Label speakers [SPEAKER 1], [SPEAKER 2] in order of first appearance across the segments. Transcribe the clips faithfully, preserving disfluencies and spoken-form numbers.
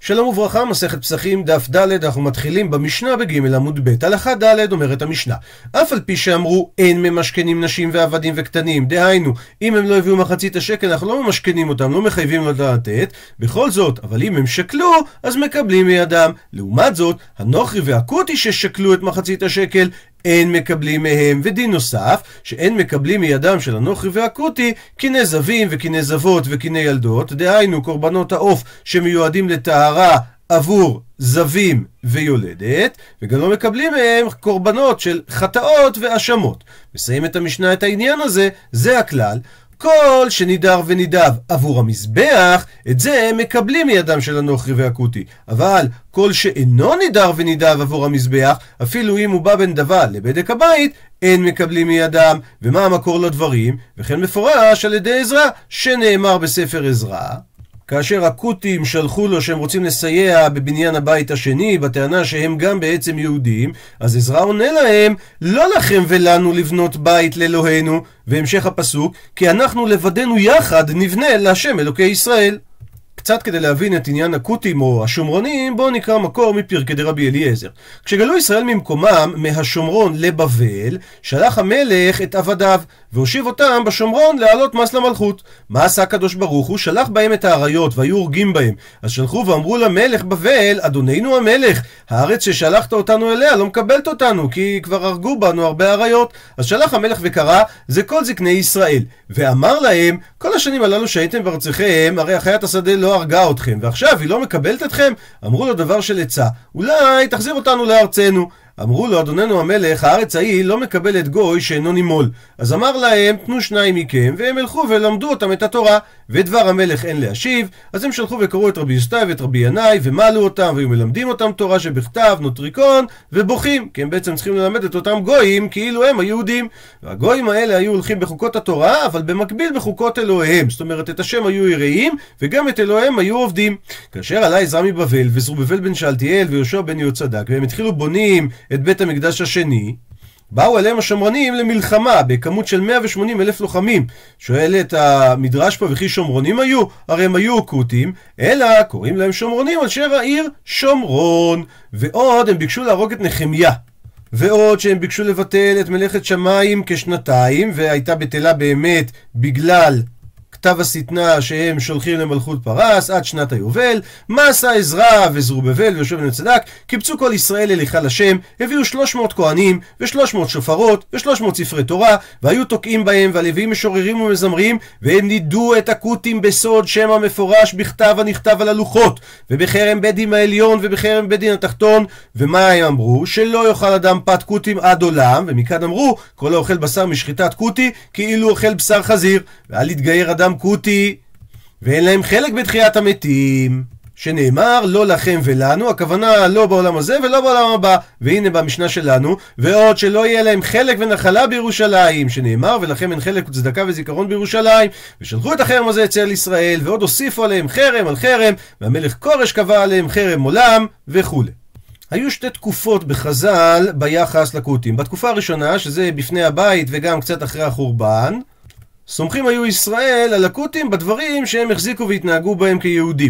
[SPEAKER 1] שלום וברכה, מסכת פסחים דף ד', אנחנו מתחילים במשנה בג' עמוד ב'. הלכה ד' אומרת המשנה, אף על פי שאמרו אין ממשכנים נשים ועבדים וקטנים, דהיינו אם הם לא הביאו מחצית השקל אנחנו לא ממשכנים אותם, לא מחייבים לתת, בכל זאת, אבל אם הם שקלו אז מקבלים מידם. לעומת זאת, הנוכרי והכותי ששקלו את מחצית השקל אין מקבלים מהם, ודין נוסף שאין מקבלים מידם של הנוכרי והכותי קיני זבים וקיני זבות וקיני ילדות, דהיינו קורבנות העוף שמיועדים לטהרה עבור זבים ויולדת, וגם לא מקבלים מהם קורבנות של חטאות ואשמות. מסיים את המשנה את העניין הזה, זה הכלל. כל שנידר ונידב עבור המזבח, את זה מקבלים מידם של הנוכרי והכותי. אבל כל שאינו נידר ונידב עבור המזבח, אפילו אם הוא בא בן דבה לבדק הבית, אין מקבלים מידם. ומה המקור לדברים? וכן מפורש על ידי עזרא, שנאמר בספר עזרא, כאשר הכותים שלחו לו שהם רוצים לסייע בבניין הבית השני, בטענה שהם גם בעצם יהודים, אז עזרא עונה להם, לא לכם ולנו לבנות בית לאלוהינו, והמשך הפסוק, כי אנחנו לבדנו יחד נבנה להשם אלוקי ישראל. קצת כדי להבין את עניין הכותים או השומרונים, בואו נקרא מקור מפרקי דרבי אליעזר. כשגלו ישראל ממקומם מהשומרון לבבל, שלח המלך את עבדיו, והושיב אותם בשומרון להעלות מס למלכות. מה עשה הקדוש ברוך הוא? שלח בהם את האריות והיו הורגים בהם. אז שלחו ואמרו למלך בבל, אדוננו המלך, הארץ ששלחת אותנו אליה לא מקבלת אותנו, כי כבר הרגו בנו הרבה אריות. אז שלח המלך וקרא, זה כל זקני ישראל. ואמר להם, כל השנים הללו שהייתם בארצכם, הרי חיית השדה לא הרגה אתכם, ועכשיו היא לא מקבלת אתכם? אמרו לו דבר של עצה, אולי תחזיר אותנו לארצנו. אמרו לו, אדוננו המלך, הארץ ההיא לא מקבלת גוי שאינו נימול. אז אמר להם, תנו שניים מכם, והם הלכו ולמדו אותם את התורה. ודבר המלך אין להשיב, אז הם שלחו וקראו את רבי יוסטי ואת רבי ינאי, ומלו אותם, והיו מלמדים אותם תורה שבכתב, נוטריקון, ובוכים, כי הם בעצם צריכים ללמד את אותם גויים, כאילו הם היהודים. והגויים האלה היו הולכים בחוקות התורה, אבל במקביל בחוקות אלוהיהם. זאת אומרת, את השם היו יראים, וגם את אלוהיהם היו עובדים. כאשר עלה עזרא מבבל, וזרובבל בן שאלתיאל, ויהושע בן יהוצדק, והם התחילו בונים את בית המקדש השני, באו אליהם השומרונים למלחמה בכמות של מאה ושמונים אלף לוחמים. שואל את המדרש פה, וכי שומרונים היו? הרי הם היו כותים, אלא קוראים להם שומרונים על שם העיר שומרון. ועוד הם ביקשו להרוג את נחמיה, ועוד שהם ביקשו לבטל את מלאכת שמיים כשנתיים, והייתה בטלה באמת בגלל כתב השטנה שהם שולחים למלכות פרס עד שנת היובל. מה עשה עזרא וזרובבל ויהושע בן יהוצדק? קיבצו כל ישראל אל היכל השם, הביאו שלוש מאות כהנים ו-שלוש מאות שופרות ו-שלוש מאות ספרי תורה, והיו תוקעים בהם, והלוויים משוררים ומזמרים, והם נידו את הכותים בסוד שם המפורש בכתב הנכתב על הלוחות, ובחרם בית דין העליון ובחרם בית דין התחתון. ומה הם אמרו? שלא יאכל אדם פת כותים עד עולם, ומכאן אמרו, כל האוכל בשר משחיטת כותי כאילו אוכל בשר חזיר, ואל יתגייר אדם כותי, ואין להם חלק בתחיית המתים, שנאמר לא לכם ולנו, הכוונה לא בעולם הזה ולא בעולם הבא. והנה במשנה שלנו, ועוד שלא יהיה להם חלק ונחלה בירושלים, שנאמר ולכם אין חלק וצדקה וזיכרון בירושלים. ושלחו את החרם הזה אצל ישראל, ועוד הוסיפו עליהם חרם על חרם, והמלך כורש קבע עליהם חרם עולם וכו'. היו שתי תקופות בחז"ל ביחס לכותים. בתקופה הראשונה, שזה בפני הבית וגם קצת אחרי החורבן, סומכים היו ישראל על הכותים בדברים שהם החזיקו והתנהגו בהם כיהודים.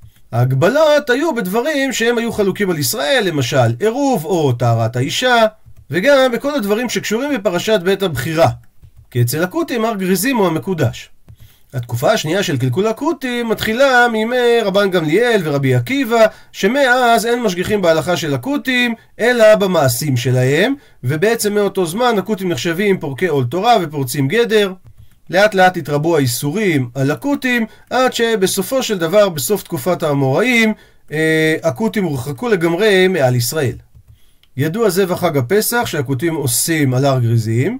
[SPEAKER 1] ההגבלות היו בדברים שהם היו חלוקים על ישראל, למשל עירוב או טהרת האישה, וגם בכל הדברים שקשורים בפרשת בית הבחירה, כי אצל הכותים הר גריזים הוא המקודש. התקופה השנייה של קלקול הכותים מתחילה מימי רבן גמליאל ורבי עקיבא, שמאז אין משגיחים בהלכה של הכותים אלא במעשים שלהם, ובעצם מאותו זמן הכותים נחשבים פורקי עול תורה ופורצים גדר. לאט לאט התרבו האיסורים על הכותים, עד שבסופו של דבר, בסוף תקופת האמוראים, אה, הכותים הורחקו לגמרי מעל ישראל. ידוע זה בחג הפסח שהכותים עושים על הר גריזים.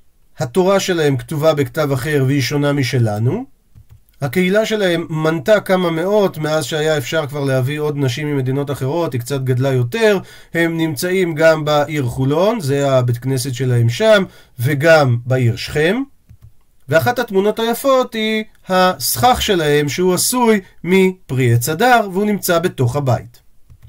[SPEAKER 1] התורה שלהם כתובה בכתב אחר והיא שונה משלנו. הקהילה שלהם מנתה כמה מאות מאז שהיה אפשר כבר להביא עוד נשים ממדינות אחרות, היא קצת גדלה יותר. הם נמצאים גם בעיר חולון, זה הבית כנסת שלהם שם, וגם בעיר שכם. ואחת התמונות היפות היא הסכך שלהם שהוא עשוי מפרי עץ הדר, והוא נמצא בתוך הבית.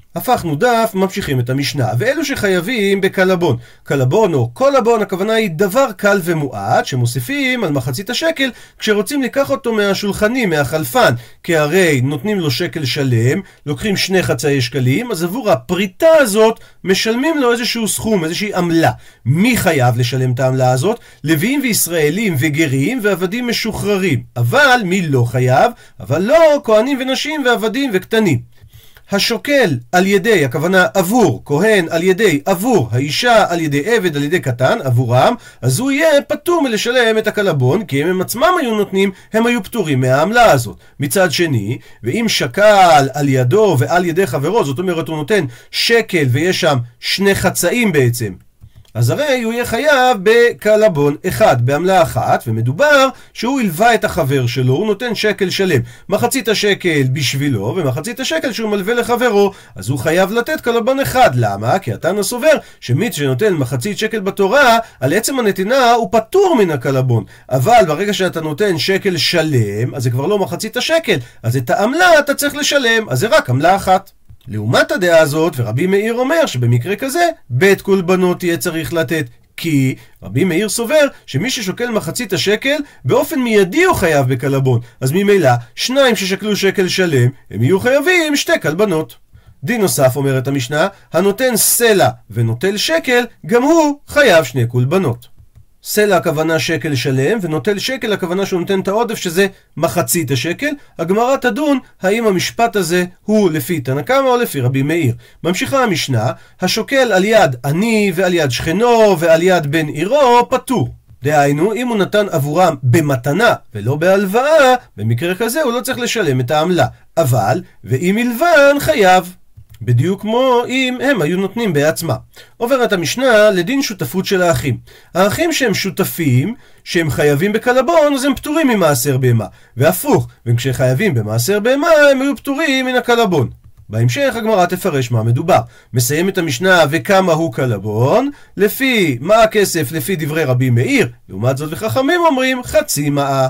[SPEAKER 1] הפכנו דף, ממשיכים את המשנה. ואלו שחייבים בקלבון. קלבון או קולבון, הכוונה היא דבר קל ומועט שמוסיפים על מחצית השקל כשרוצים לקח אותו מהשולחנים, מהחלפן, כי הרי נותנים לו שקל שלם, לוקחים שני חצאי שקלים, אז עבור הפריטה הזאת משלמים לו איזשהו סכום, איזושהי עמלה. מי חייב לשלם את העמלה הזאת? לוויים וישראלים וגרים ועבדים משוחררים. אבל מי לא חייב? אבל לא כהנים ונשים ועבדים וקטנים. השוקל על ידי, הכוונה עבור כהן, על ידי עבור האישה, על ידי עבד, על ידי קטן, עבורם, אז הוא יהיה פטור מלשלם את הקלבון, כי אם הם עצמם היו נותנים, הם היו פטורים מהעמלה הזאת. מצד שני, ואם שקל על ידו ועל ידי חברו, זאת אומרת הוא נותן שקל ויש שם שני חצאים בעצם, אז הרי הוא יהיה חייב בקלבון אחד, בעמלה אחת, ומדובר שהוא ילווה את החבר שלו, הוא נותן שקל שלם, מחצית השקל בשבילו, ומחצית השקל שהוא מלווה לחברו, אז הוא חייב לתת קלבון אחד. למה? כי התנא סובר שמי שנותן מחצית שקל בתורה, על עצם הנתינה הוא פטור מן הקלבון, אבל ברגע שאתה נותן שקל שלם, אז זה כבר לא מחצית השקל, אז את העמלה אתה צריך לשלם, אז זה רק עמלה אחת. לעומת הדעה הזאת, ורבי מאיר אומר שבמקרה כזה, בית קולבנות יהיה צריך לתת, כי רבי מאיר סובר שמי ששוקל מחצית השקל, באופן מיידי הוא חייב בקלבון, אז ממילא, שניים ששקלו שקל שלם, הם יהיו חייבים שתי קלבנות. דין נוסף אומרת המשנה, הנותן סלע ונוטל שקל, גם הוא חייב שני קולבנות. סלע הכוונה שקל שלם, ונוטל שקל הכוונה שהוא נותן את העודף שזה מחצית השקל. הגמרא תדון האם המשפט הזה הוא לפי תנא קמא או לפי רבי מאיר. ממשיכה המשנה, השוקל על יד עני ועל יד שכנו ועל יד בן עירו פטור. דהיינו, אם הוא נתן עבורם במתנה ולא בהלוואה, במקרה כזה הוא לא צריך לשלם את העמלה. אבל, ואם מלבן חייב. בדיוק כמו אם הם היו נותנים בעצמה. עוברת המשנה לדין שותפות של האחים. האחים שהם שותפים, שהם חייבים בקלבון, אז הם פטורים ממעשר בהמה. והפוך, וכשחייבים במעשר בהמה, הם היו פטורים מן הקלבון. בהמשך הגמרא תפרש מה מדובר. מסיים את המשנה וכמה הוא קלבון, לפי מה הכסף לפי דברי רבי מאיר, לעומת זאת וחכמים אומרים חצי מאה.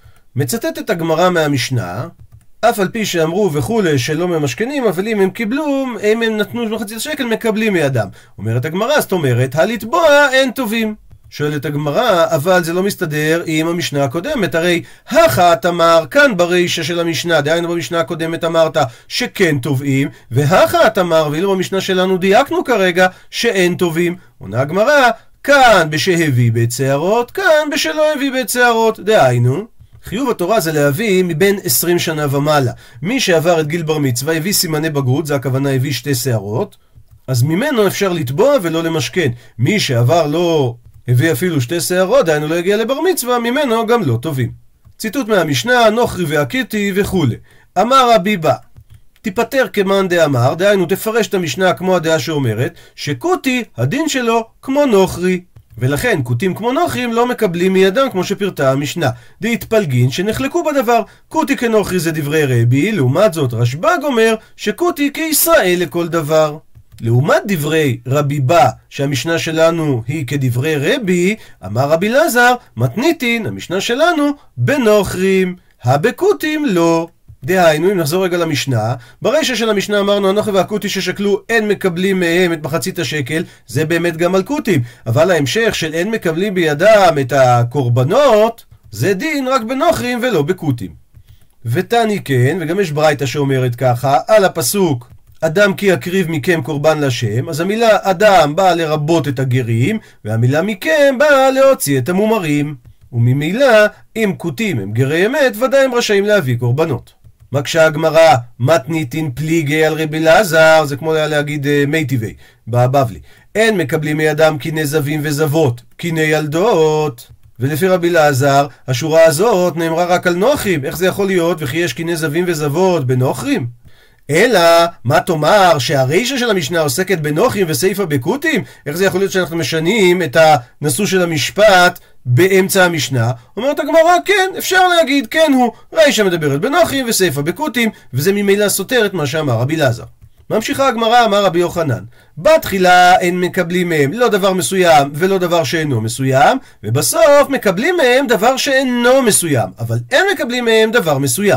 [SPEAKER 1] מצטטת הגמרא מהמשנה, אף על פי שאמרו וכולי שלא ממשכנים, אבל אם הם קיבלו, אם הם נתנו מחצית השקל, מקבלים מידם. אומרת הגמרא, זאת אומרת, הלתבוע אין טובים. שואלת הגמרא, אבל זה לא מסתדר עם המשנה הקודמת, הרי האחת אמר כאן ברישה של המשנה, דהיינו במשנה הקודמת אמרת שכן טובים, והאחת אמר, ואילו במשנה שלנו דייקנו כרגע, שאין טובים. עונה הגמרא, כאן בשהביא בית שערות, כאן בשלא הביא בית שערות, דהיינו חיוב התורה זה להביא מבין עשרים שנה ומעלה. מי שעבר את גיל בר מצווה הביא סימני בגרות, זה הכוונה הביא שתי שערות, אז ממנו אפשר לתבוע ולא למשכן. מי שעבר לא הביא אפילו שתי שערות, דהיינו לא הגיע לבר מצווה, ממנו גם לא טובים. ציטוט מהמשנה, נוכרי והקיתי וכו'. אמר רבי בא, תיפטר כמאן דאמר, דהיינו תפרש את המשנה כמו הדעה שאומרת, שקוטי הדין שלו כמו נוכרי. ולכן קוטים כמו נוכרים לא מקבלים מידם כמו שפרטה המשנה. די התפלגין שנחלקו בדבר. קוטי כנוכרי זה דברי רבי, לעומת זאת רשב"ג אומר שקוטי כישראל לכל דבר. לעומת דברי רבי בא שהמשנה שלנו היא כדברי רבי, אמר רבי אלעזר מתניתין המשנה שלנו בנוכרים, הבקוטים לא. דהיינו, אם נחזור רגע למשנה, ברישה של המשנה אמרנו הנוכרי והקוטי ששקלו אין מקבלים מהם את מחצית השקל, זה באמת גם על קוטים, אבל ההמשך של אין מקבלים בידם את הקורבנות, זה דין רק בנוכרים ולא בקוטים. ותני כן, וגם יש ברייתא שאומרת ככה, על הפסוק אדם כי יקריב מכם קורבן לשם, אז המילה אדם באה לרבות את הגרים, והמילה מכם באה להוציא את המומרים. וממילא, אם קוטים הם גרי אמת, ודאי הם רשאים להביא קורבנות. מקשה הגמרא, מתניתין פליגי על רבי אלעזר, זה כמו להגיד מי טבעי, בבבלי. אין מקבלים מידם קיני זבים וזבות, קיני ילדות. ולפי רבי אלעזר, השורה הזאת נאמרה רק על נוכרים. איך זה יכול להיות? וכי יש קיני זבים וזבות בנוכרים? אלא, מה תאמר שהרישה של המשנה עוסקת בנוכרים וסייפה בקוטים? איך זה יכול להיות שאנחנו משנים את הנשוא של המשפט באמצע המשנה? אומרת הגמרא, כן, אפשר להגיד, כן הוא. רישה מדברת בנוכרים וסייפה בקוטים, וזה ממילא סותר את מה שאמר רבי אלעזר. ממשיכה הגמרא, אמר רבי יוחנן, בתחילה אין מקבלים מהם לא דבר מסוים ולא דבר שאינו מסוים, ובסוף מקבלים מהם דבר שאינו מסוים, אבל אין מקבלים מהם דבר מסוים.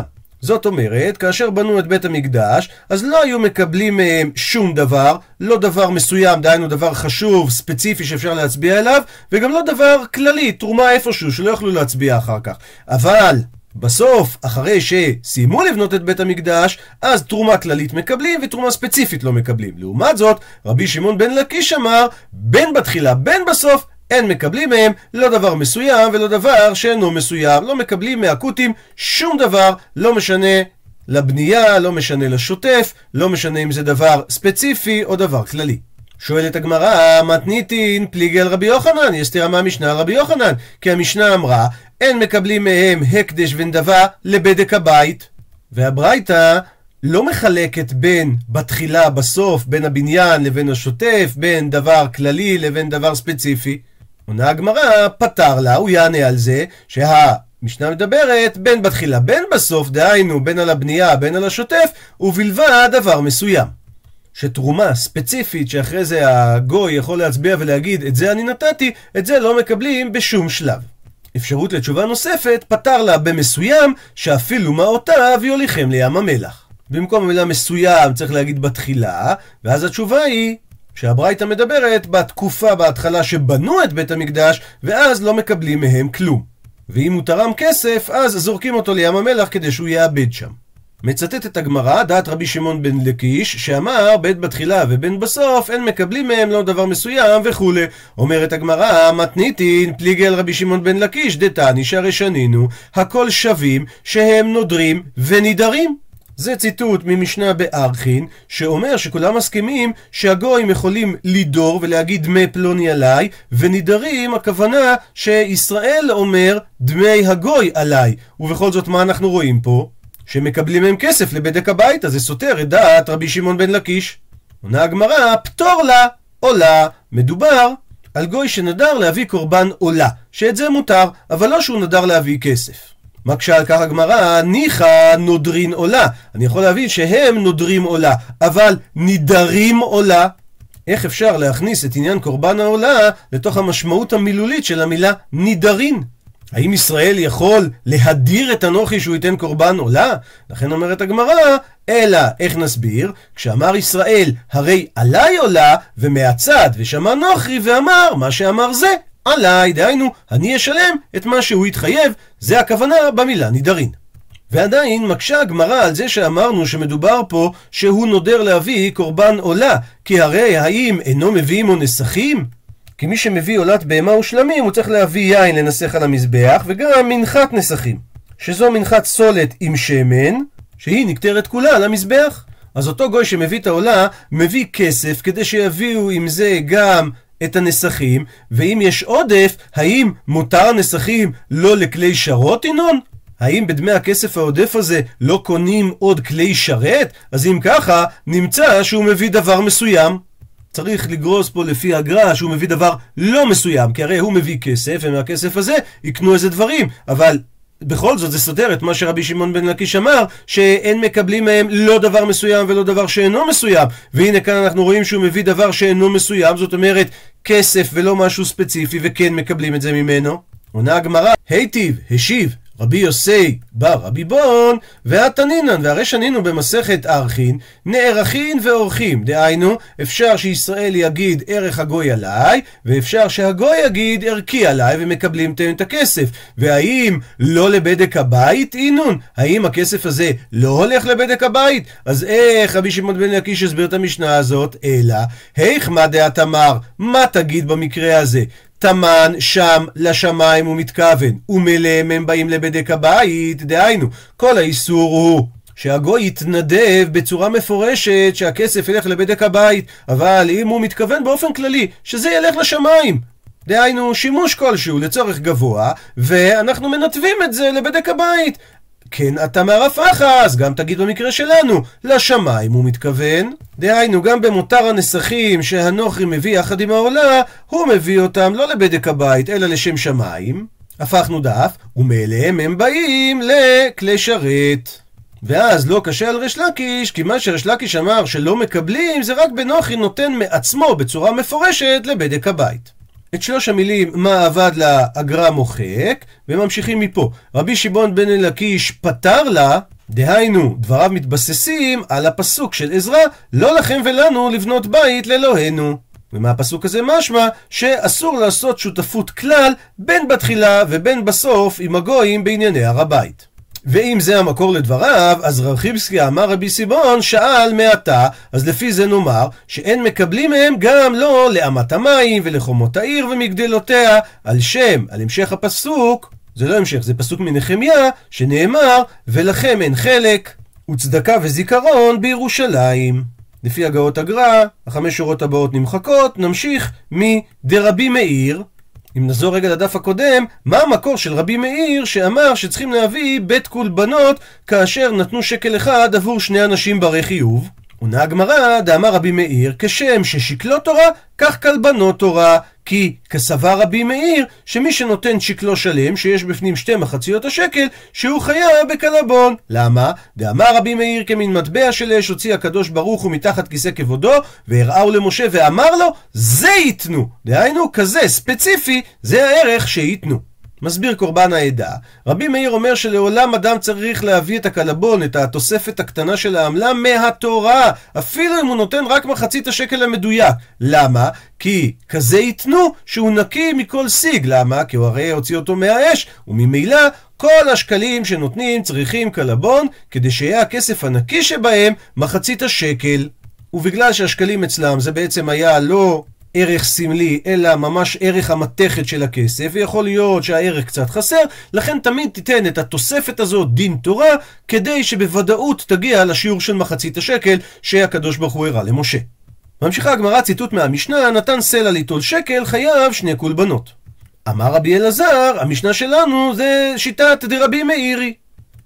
[SPEAKER 1] זאת אומרת, כאשר בנו את בית המקדש, אז לא היו מקבלים מהם שום דבר, לא דבר מסוים, דהיינו דבר חשוב, ספציפי שאפשר להצביע אליו, וגם לא דבר כללי, תרומה איפשהו, שלא יכלו להצביע אחר כך. אבל בסוף, אחרי שסיימו לבנות את בית המקדש, אז תרומה כללית מקבלים ותרומה ספציפית לא מקבלים. לעומת זאת, רבי שמעון בן לקיש אמר, בין בתחילה, בין בסוף, אין מקבלים מהם לא דבר מסוים ולא דבר שאינו מסוים. לא מקבלים מהקותים שום דבר, לא משנה לבנייה, לא משנה לשוטף, לא משנה אם זה דבר ספציפי או דבר כללי. שואלת הגמרא, מתניתין פליגי על רבי יוחנן? יש סתירה מהמשנה על רבי יוחנן, כי המשנה אמרה, אין מקבלים מהם הקדש ונדבה לבדק הבית. והברייתא לא מחלקת בין בתחילה בסוף, בין הבניין לבין השוטף, בין דבר כללי לבין דבר ספציפי. עונה הגמרא, פתר לה, הוא יענה על זה, שהמשנה מדברת בין בתחילה בין בסוף, דהיינו בין על הבנייה בין על השוטף, ובלבד דבר מסוים. שתרומה ספציפית שאחרי זה הגוי יכול להצביע ולהגיד את זה אני נתתי, את זה לא מקבלים בשום שלב. אפשרות לתשובה נוספת, פתר לה במסוים שאפילו מעותיו יוליכם לים המלח. במקום המילה מסוים צריך להגיד בתחילה, ואז התשובה היא שהברייתא מדברת בתקופה בהתחלה שבנו את בית המקדש, ואז לא מקבלים מהם כלום. ואם הוא תרם כסף, אז זורקים אותו לים המלח כדי שהוא יאבד שם. מצטט את הגמרא, דעת רבי שמעון בן לקיש, שאמר בין בתחילה ובין בסוף אין מקבלים מהם לא דבר מסוים וכו'. אומרת הגמרא, מתניתין פליגי על רבי שמעון בן לקיש, דתני שהרי שנינו, הכל שווים שהם נודרים ונידרים. זה ציטוט ממשנה בארכין, שאומר שכולם מסכימים שהגויים יכולים לידור ולהגיד דמי פלוני עליי, ונידרים הכוונה שישראל אומר דמי הגוי עליי. ובכל זאת מה אנחנו רואים פה? שמקבלים מהם כסף לבדק הבית, אז זה סותר את דעת רבי שמעון בן לקיש. עונה הגמרא, פטור לה עולה. מדובר על גוי שנדר להביא קורבן עולה, שאת זה מותר, אבל לא שהוא נדר להביא כסף. מקשה על כך הגמרא, ניחא נודרין עולה. אני יכול להבין שהם נודרים עולה, אבל נידרים עולה. איך אפשר להכניס את עניין קורבן העולה לתוך המשמעות המילולית של המילה נידרין? האם ישראל יכול להדיר את הנוכרי שהוא ייתן קורבן עולה? לכן אומרת הגמרא, אלא איך נסביר? כשאמר ישראל הרי עליי עולה, ומהצד ושמע נוכרי ואמר מה שאמר זה עליי, דהיינו אני אשלם את מה שהוא התחייב, זה הכוונה במילה נידרין. ועדיין מקשה הגמרא על זה שאמרנו שמדובר פה שהוא נודר להביא קורבן עולה, כי הרי האם אינו מביא עמו נסכים? כי מי שמביא עולת בהמה ושלמים הוא צריך להביא יין לנסח על המזבח, וגם מנחת נסכים, שזו מנחת סולת עם שמן, שהיא נקטרת כולה על המזבח. אז אותו גוי שמביא את העולה מביא כסף כדי שיביאו עם זה גם את הנסכים, ואם יש עודף, האם מותר הנסכים לא לכלי שרות אינון? האם בדמי הכסף העודף הזה לא קונים עוד כלי שרת? אז אם ככה, נמצא שהוא מביא דבר מסוים. צריך לגרוס פה לפי הגר"א שהוא מביא דבר לא מסוים, כי הרי הוא מביא כסף, ומהכסף הזה יקנו איזה דברים, אבל בכל זאת זה סותר את מה שרבי שמעון בן לקיש אמר, שאין מקבלים מהם לא דבר מסוים ולא דבר שאינו מסוים. והנה כאן אנחנו רואים שהוא מביא דבר שאינו מסוים, זאת אומרת כסף ולא משהו ספציפי, וכן מקבלים את זה ממנו. עונה הגמרא, היטיב, השיב רבי יוסי בר רבי בון והתנינן, והרי שנינו במסכת ארכין נערכין ועורכים, דהיינו אפשר שישראל יגיד ערך הגוי עליי, ואפשר שהגוי יגיד ערכי עליי, ומקבלים את הכסף. והאם לא לבדק הבית אינון? האם הכסף הזה לא הולך לבדק הבית? אז איך רבי שמעון בן לקיש הסביר את המשנה הזאת? אלא היך מה דעת אמר, מה תגיד במקרה הזה? תמן שם לשמיים הוא מתכוון, ומלם הם באים לבדק הבית, דהיינו כל האיסור הוא שהגוי יתנדב בצורה מפורשת שהכסף ילך לבדק הבית, אבל אם הוא מתכוון באופן כללי שזה ילך לשמיים, דהיינו שימוש כלשהו לצורך גבוה, ואנחנו מנתבים את זה לבדק הבית, כן אתה מערפך, אז גם תגיד במקרה שלנו לשמיים הוא מתכוון, דהיינו גם במותר הנסכים שהנוכרי מביא יחד עם העולה, הוא מביא אותם לא לבדק הבית אלא לשם שמיים. הפכנו דף, ומאליהם הם באים לכלי שרת. ואז לא קשה על ריש לקיש, כי מה שריש לקיש אמר שלא מקבלים זה רק בנוכרי נותן מעצמו בצורה מפורשת לבדק הבית. את שלוש המילים מה עבד לה הגר"א מוחק, וממשיכים מפה. רבי שמעון בן לקיש פתר לה, דהיינו, דבריו מתבססים על הפסוק של עזרא, לא לכם ולנו לבנות בית לאלוהינו. ומהפסוק הזה משמע שאסור לעשות שותפות כלל בין בתחילה ובין בסוף עם הגויים בענייני הר הבית. ואם זה המקור לדבריו, אז רב חיפסקי אמר רבי סיבון שאל מעתה, אז לפי זה נאמר שאין מקבלים מהם גם לא לאמת המים ולחומות העיר ומגדלותיה, על שם, על המשך הפסוק, זה לא המשך, זה פסוק מנחמיה, שנאמר ולכם אין חלק וצדקה וזיכרון בירושלים. לפי הגאות הגר"א, החמש שורות הבאות נמחקות, נמשיך מדרבי מאיר. אם נזור רגע לדף הקודם, מה המקור של רבי מאיר שאמר שצריכים להביא בית קולבנות כאשר נתנו שקל אחד עבור שני אנשים ברי חיוב? עונה הגמרא, דאמר רבי מאיר, כשם ששקלו תורה, כך קלבנות תורה. כי כסבר רבי מאיר שמי שנותן שקלו שלם שיש בפנים שתי מחציות השקל שהוא חייב בקלבון. למה? דאמר רבי מאיר כמין מטבע של אש הוציא הקדוש ברוך הוא מתחת כיסא כבודו והראהו למשה ואמר לו זה ייתנו, דהיינו כזה ספציפי זה הערך שייתנו. מסביר קורבן העדה, רבי מאיר אומר שלעולם אדם צריך להביא את הקלבון, את התוספת הקטנה של העמלה מהתורה, אפילו אם הוא נותן רק מחצית השקל המדויק. למה? כי כזה ייתנו שהוא נקי מכל סיג. למה? כי הוא הרי הוציא אותו מהאש, וממילא כל השקלים שנותנים צריכים קלבון כדי שיהיה הכסף הנקי שבהם מחצית השקל. ובגלל שהשקלים אצלם זה בעצם היה לא ערך סמלי, אלא ממש ערך המתכת של הכסף, ויכול להיות שהערך קצת חסר, לכן תמיד תיתן את התוספת הזאת דין תורה, כדי שבוודאות תגיע לשיעור של מחצית השקל שהקדוש ברוך הוא הראה למשה. ממשיכה הגמרא ציטוט מהמשנה, נתן סלע ליטול שקל, חייב שני קולבנות. אמר רבי אלעזר, המשנה שלנו זה שיטת דרבי מאירי.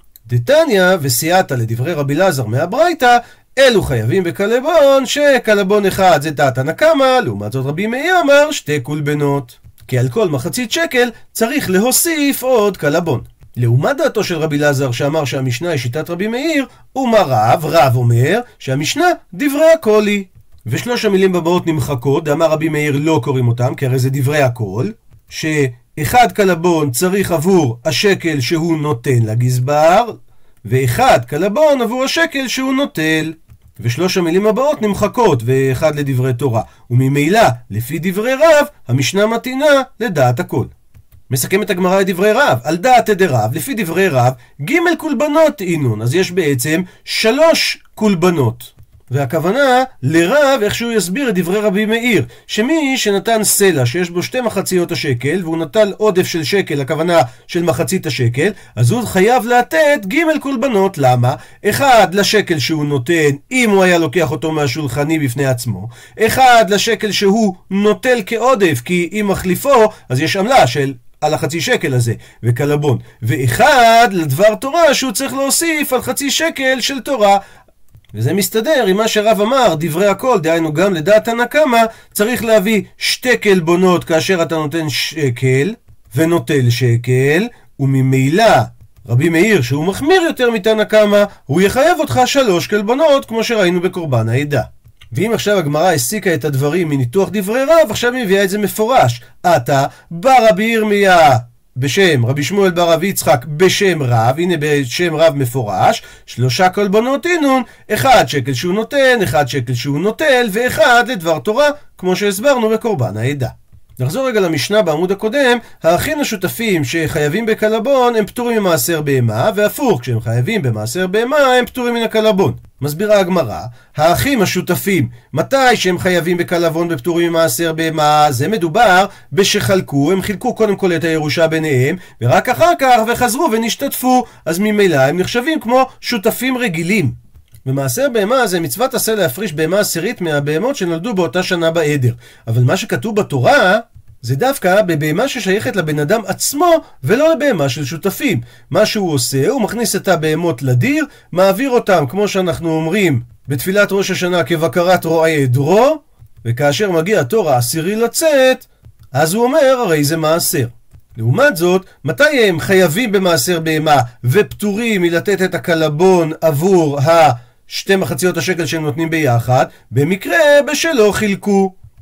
[SPEAKER 1] דתניא וסייעתא לדברי רבי אלעזר מהברייתא, אלו חייבים בקלבון, שקלבון אחד זה דעת הנקמה, לעומת זאת רבי מאיר אמר שתי קולבנות. כי על כל מחצית שקל צריך להוסיף עוד קלבון. לעומת דעתו של רבי אלעזר שאמר שהמשנה היא שיטת רבי מאיר, ומה רב? רב אומר שהמשנה דברי הכל היא. ושלוש המילים בבאות נמחקות, דאמר רבי מאיר לא קוראים אותם, כי הרי זה דברי הכל, שאחד קלבון צריך עבור השקל שהוא נותן לגזבר, ואחד קלבון עבור השקל שהוא נוטל. ושלוש המילים הבאות נמחקות, ואחד לדברי תורה. וממילא, לפי דברי רב, המשנה מתאינה לדעת הכל. מסכם את הגמרא לדברי רב, על דעת דרב, לפי דברי רב, ג' קולבנות אינון, אז יש בעצם שלוש קולבנות. והכוונה לרב איך שהוא יסביר את דברי רבי מאיר, שמי שנתן סלע שיש בו שתי מחציות השקל והוא נטל עודף של שקל, הכוונה של מחצית השקל, אז הוא חייב לתת ג' קולבנות. למה? אחד לשקל שהוא נותן אם הוא היה לוקח אותו מהשולחני בפני עצמו, אחד לשקל שהוא נוטל כעודף כי אם מחליפו אז יש עמלה של על החצי שקל הזה וקלבון, ואחד לדבר תורה שהוא צריך להוסיף על חצי שקל של תורה. וזה מסתדר עם מה שרב אמר, דברי הכל, דהיינו גם לדעת הנקמה, צריך להביא שתי קלבונות כאשר אתה נותן שקל ונוטל שקל, וממילא רבי מאיר שהוא מחמיר יותר מתנא קמא, הוא יחייב אותך שלוש קלבונות כמו שראינו בקורבן העדה. ואם עכשיו הגמרא הסיקה את הדברים מניתוח דברי רב, עכשיו היא מביאה את זה מפורש. עתה בא רבי ירמיה בשם רבי שמואל בר רב יצחק בשם רב, הנה בשם רב מפורש, שלושה קלבונות אינון, אחד שקל שהוא נותן, אחד שקל שהוא נוטל, ואחד לדבר תורה, כמו שהסברנו בקורבן העדה. נחזור רגע למשנה בעמוד הקודם, האחים השותפים שחייבים בקלבון הם פטורים ממעשר בהמה, והפוך, כשהם חייבים במעשר בהמה הם פטורים מן הקלבון. מסבירה הגמרא, האחים השותפים, מתי שהם חייבים בקלבון בפטורים ממעשר בהמה, זה מדובר בשחלקו, הם חילקו קודם כל את הירושה ביניהם, ורק אחר כך וחזרו ונשתתפו, אז ממילא הם נחשבים כמו שותפים רגילים. במעשר בהמה זה מצוות עשה להפריש בהמה עשירית מהבהמות שנולדו באותה שנה בעדר. אבל מה שכתוב בתורה זה דווקא בבהמה ששייכת לבן אדם עצמו ולא לבהמה של שותפים. מה שהוא עושה, הוא מכניס את הבהמות לדיר, מעביר אותם כמו שאנחנו אומרים בתפילת ראש השנה כבקרת רועי עדרו, וכאשר מגיע התור העשירי לצאת, אז הוא אומר הרי זה מעשר. לעומת זאת, מתי הם חייבים במעשר בהמה ופטורים מלתת את הקלבון עבור ה... שתי מחציות השקל שהם נותנים ביחד, במקרה בשלא חילקו.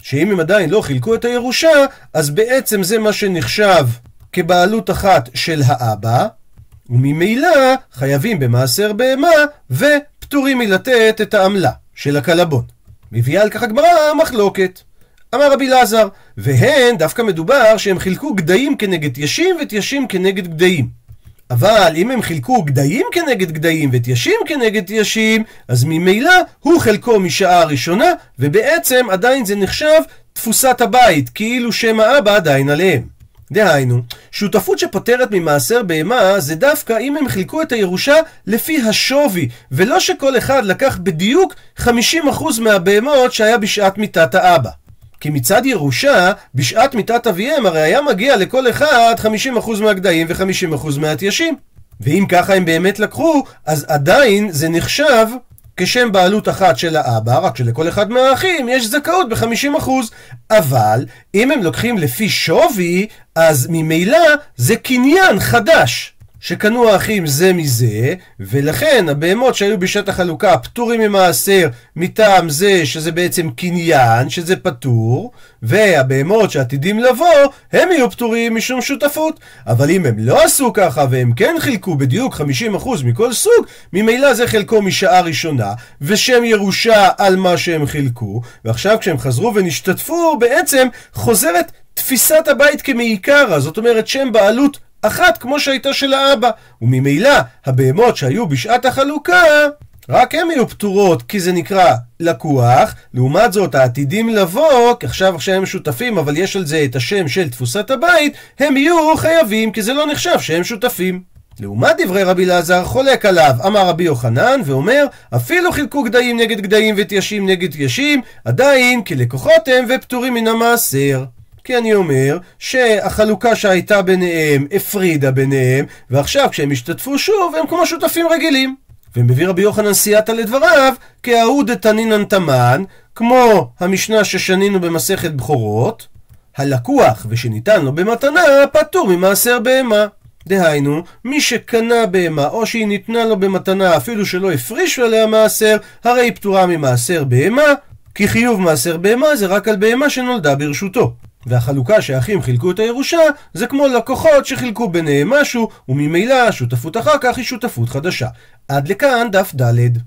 [SPEAKER 1] שאם הם עדיין לא חילקו את הירושה, אז בעצם זה מה שנחשב כבעלות אחת של האבא, וממילא חייבים במעשר בהמה ופטורים מלתת את העמלה של הקלבון. מביאה על כך הגמרא מחלוקת. אמר רבי אלעזר, והן דווקא מדובר שהם חילקו גדיים כנגד תיישים ותיישים כנגד גדיים. אבל אם הם חילקו גדיים כנגד גדיים ותיישים כנגד תיישים, אז ממילא הוא חלקו משעה הראשונה, ובעצם עדיין זה נחשב תפוסת הבית, כאילו שם האבא עדיין עליהם. דהיינו, שותפות שפותרת ממעשר בהמה זה דווקא אם הם חילקו את הירושה לפי השווי, ולא שכל אחד לקח בדיוק חמישים אחוז מהבהמות שהיה בשעת מיתת האבא. כי מצד ירושה, בשעת מיתת אביהם הרי היה מגיע לכל אחד חמישים אחוז מהגדיים ו-חמישים אחוז מהתיישים. ואם ככה הם באמת לקחו, אז עדיין זה נחשב כשם בעלות אחת של האבא, רק שלכל אחד מהאחים יש זכאות ב-חמישים אחוז. אבל אם הם לוקחים לפי שווי, אז ממילא זה קניין חדש שקנו האחים זה מזה, ולכן הבהמות שהיו בשעת החלוקה פטורים ממעשר מטעם זה שזה בעצם קניין, שזה פטור, והבהמות שעתידים לבוא הם יהיו פטורים משום שותפות. אבל אם הם לא עשו ככה והם כן חילקו בדיוק חמישים אחוז מכל סוג, ממילא זה חלקו משעה ראשונה ושם ירושה על מה שהם חילקו, ועכשיו כשהם חזרו ונשתתפו בעצם חוזרת תפיסת הבית כמעיקרא, זאת אומרת שם בעלות אחת כמו שהייתה של האבא, וממילא הבהמות שהיו בשעת החלוקה רק הם יהיו פטורות כי זה נקרא לקוח. לעומת זאת העתידים לבוא, עכשיו עכשיו הם שותפים אבל יש על זה את השם של תפוסת הבית, הם יהיו חייבים כי זה לא נחשב שהם שותפים. לעומת דברי רבי אלעזר חולק עליו אמר רבי יוחנן ואומר, אפילו חילקו גדיים נגד גדיים ותיישים נגד תיישים, עדיין כלקוחות הם ופטורים מן המעשר. כי אני אומר שהחלוקה שהייתה ביניהם הפרידה ביניהם, ועכשיו כשהם השתתפו שוב הם כמו שותפים רגילים. ומביא רבי יוחנן סייעתא לדבריו כהאו דתנינן תמן, כמו המשנה ששנינו במסכת בכורות, הלקוח ושניתן לו במתנה פטור ממעשר בהמה. דהיינו, מי שקנה בהמה או שהיא ניתנה לו במתנה אפילו שלא הפרישו עליה מעשר, הרי היא פטורה ממעשר בהמה, כי חיוב מעשר בהמה זה רק על בהמה שנולדה ברשותו. והחלוקה שהאחים חילקו את הירושה זה כמו לקוחות שחילקו ביניהם משהו, וממילא השותפות אחר כך היא שותפות חדשה. עד לכאן דף ד'.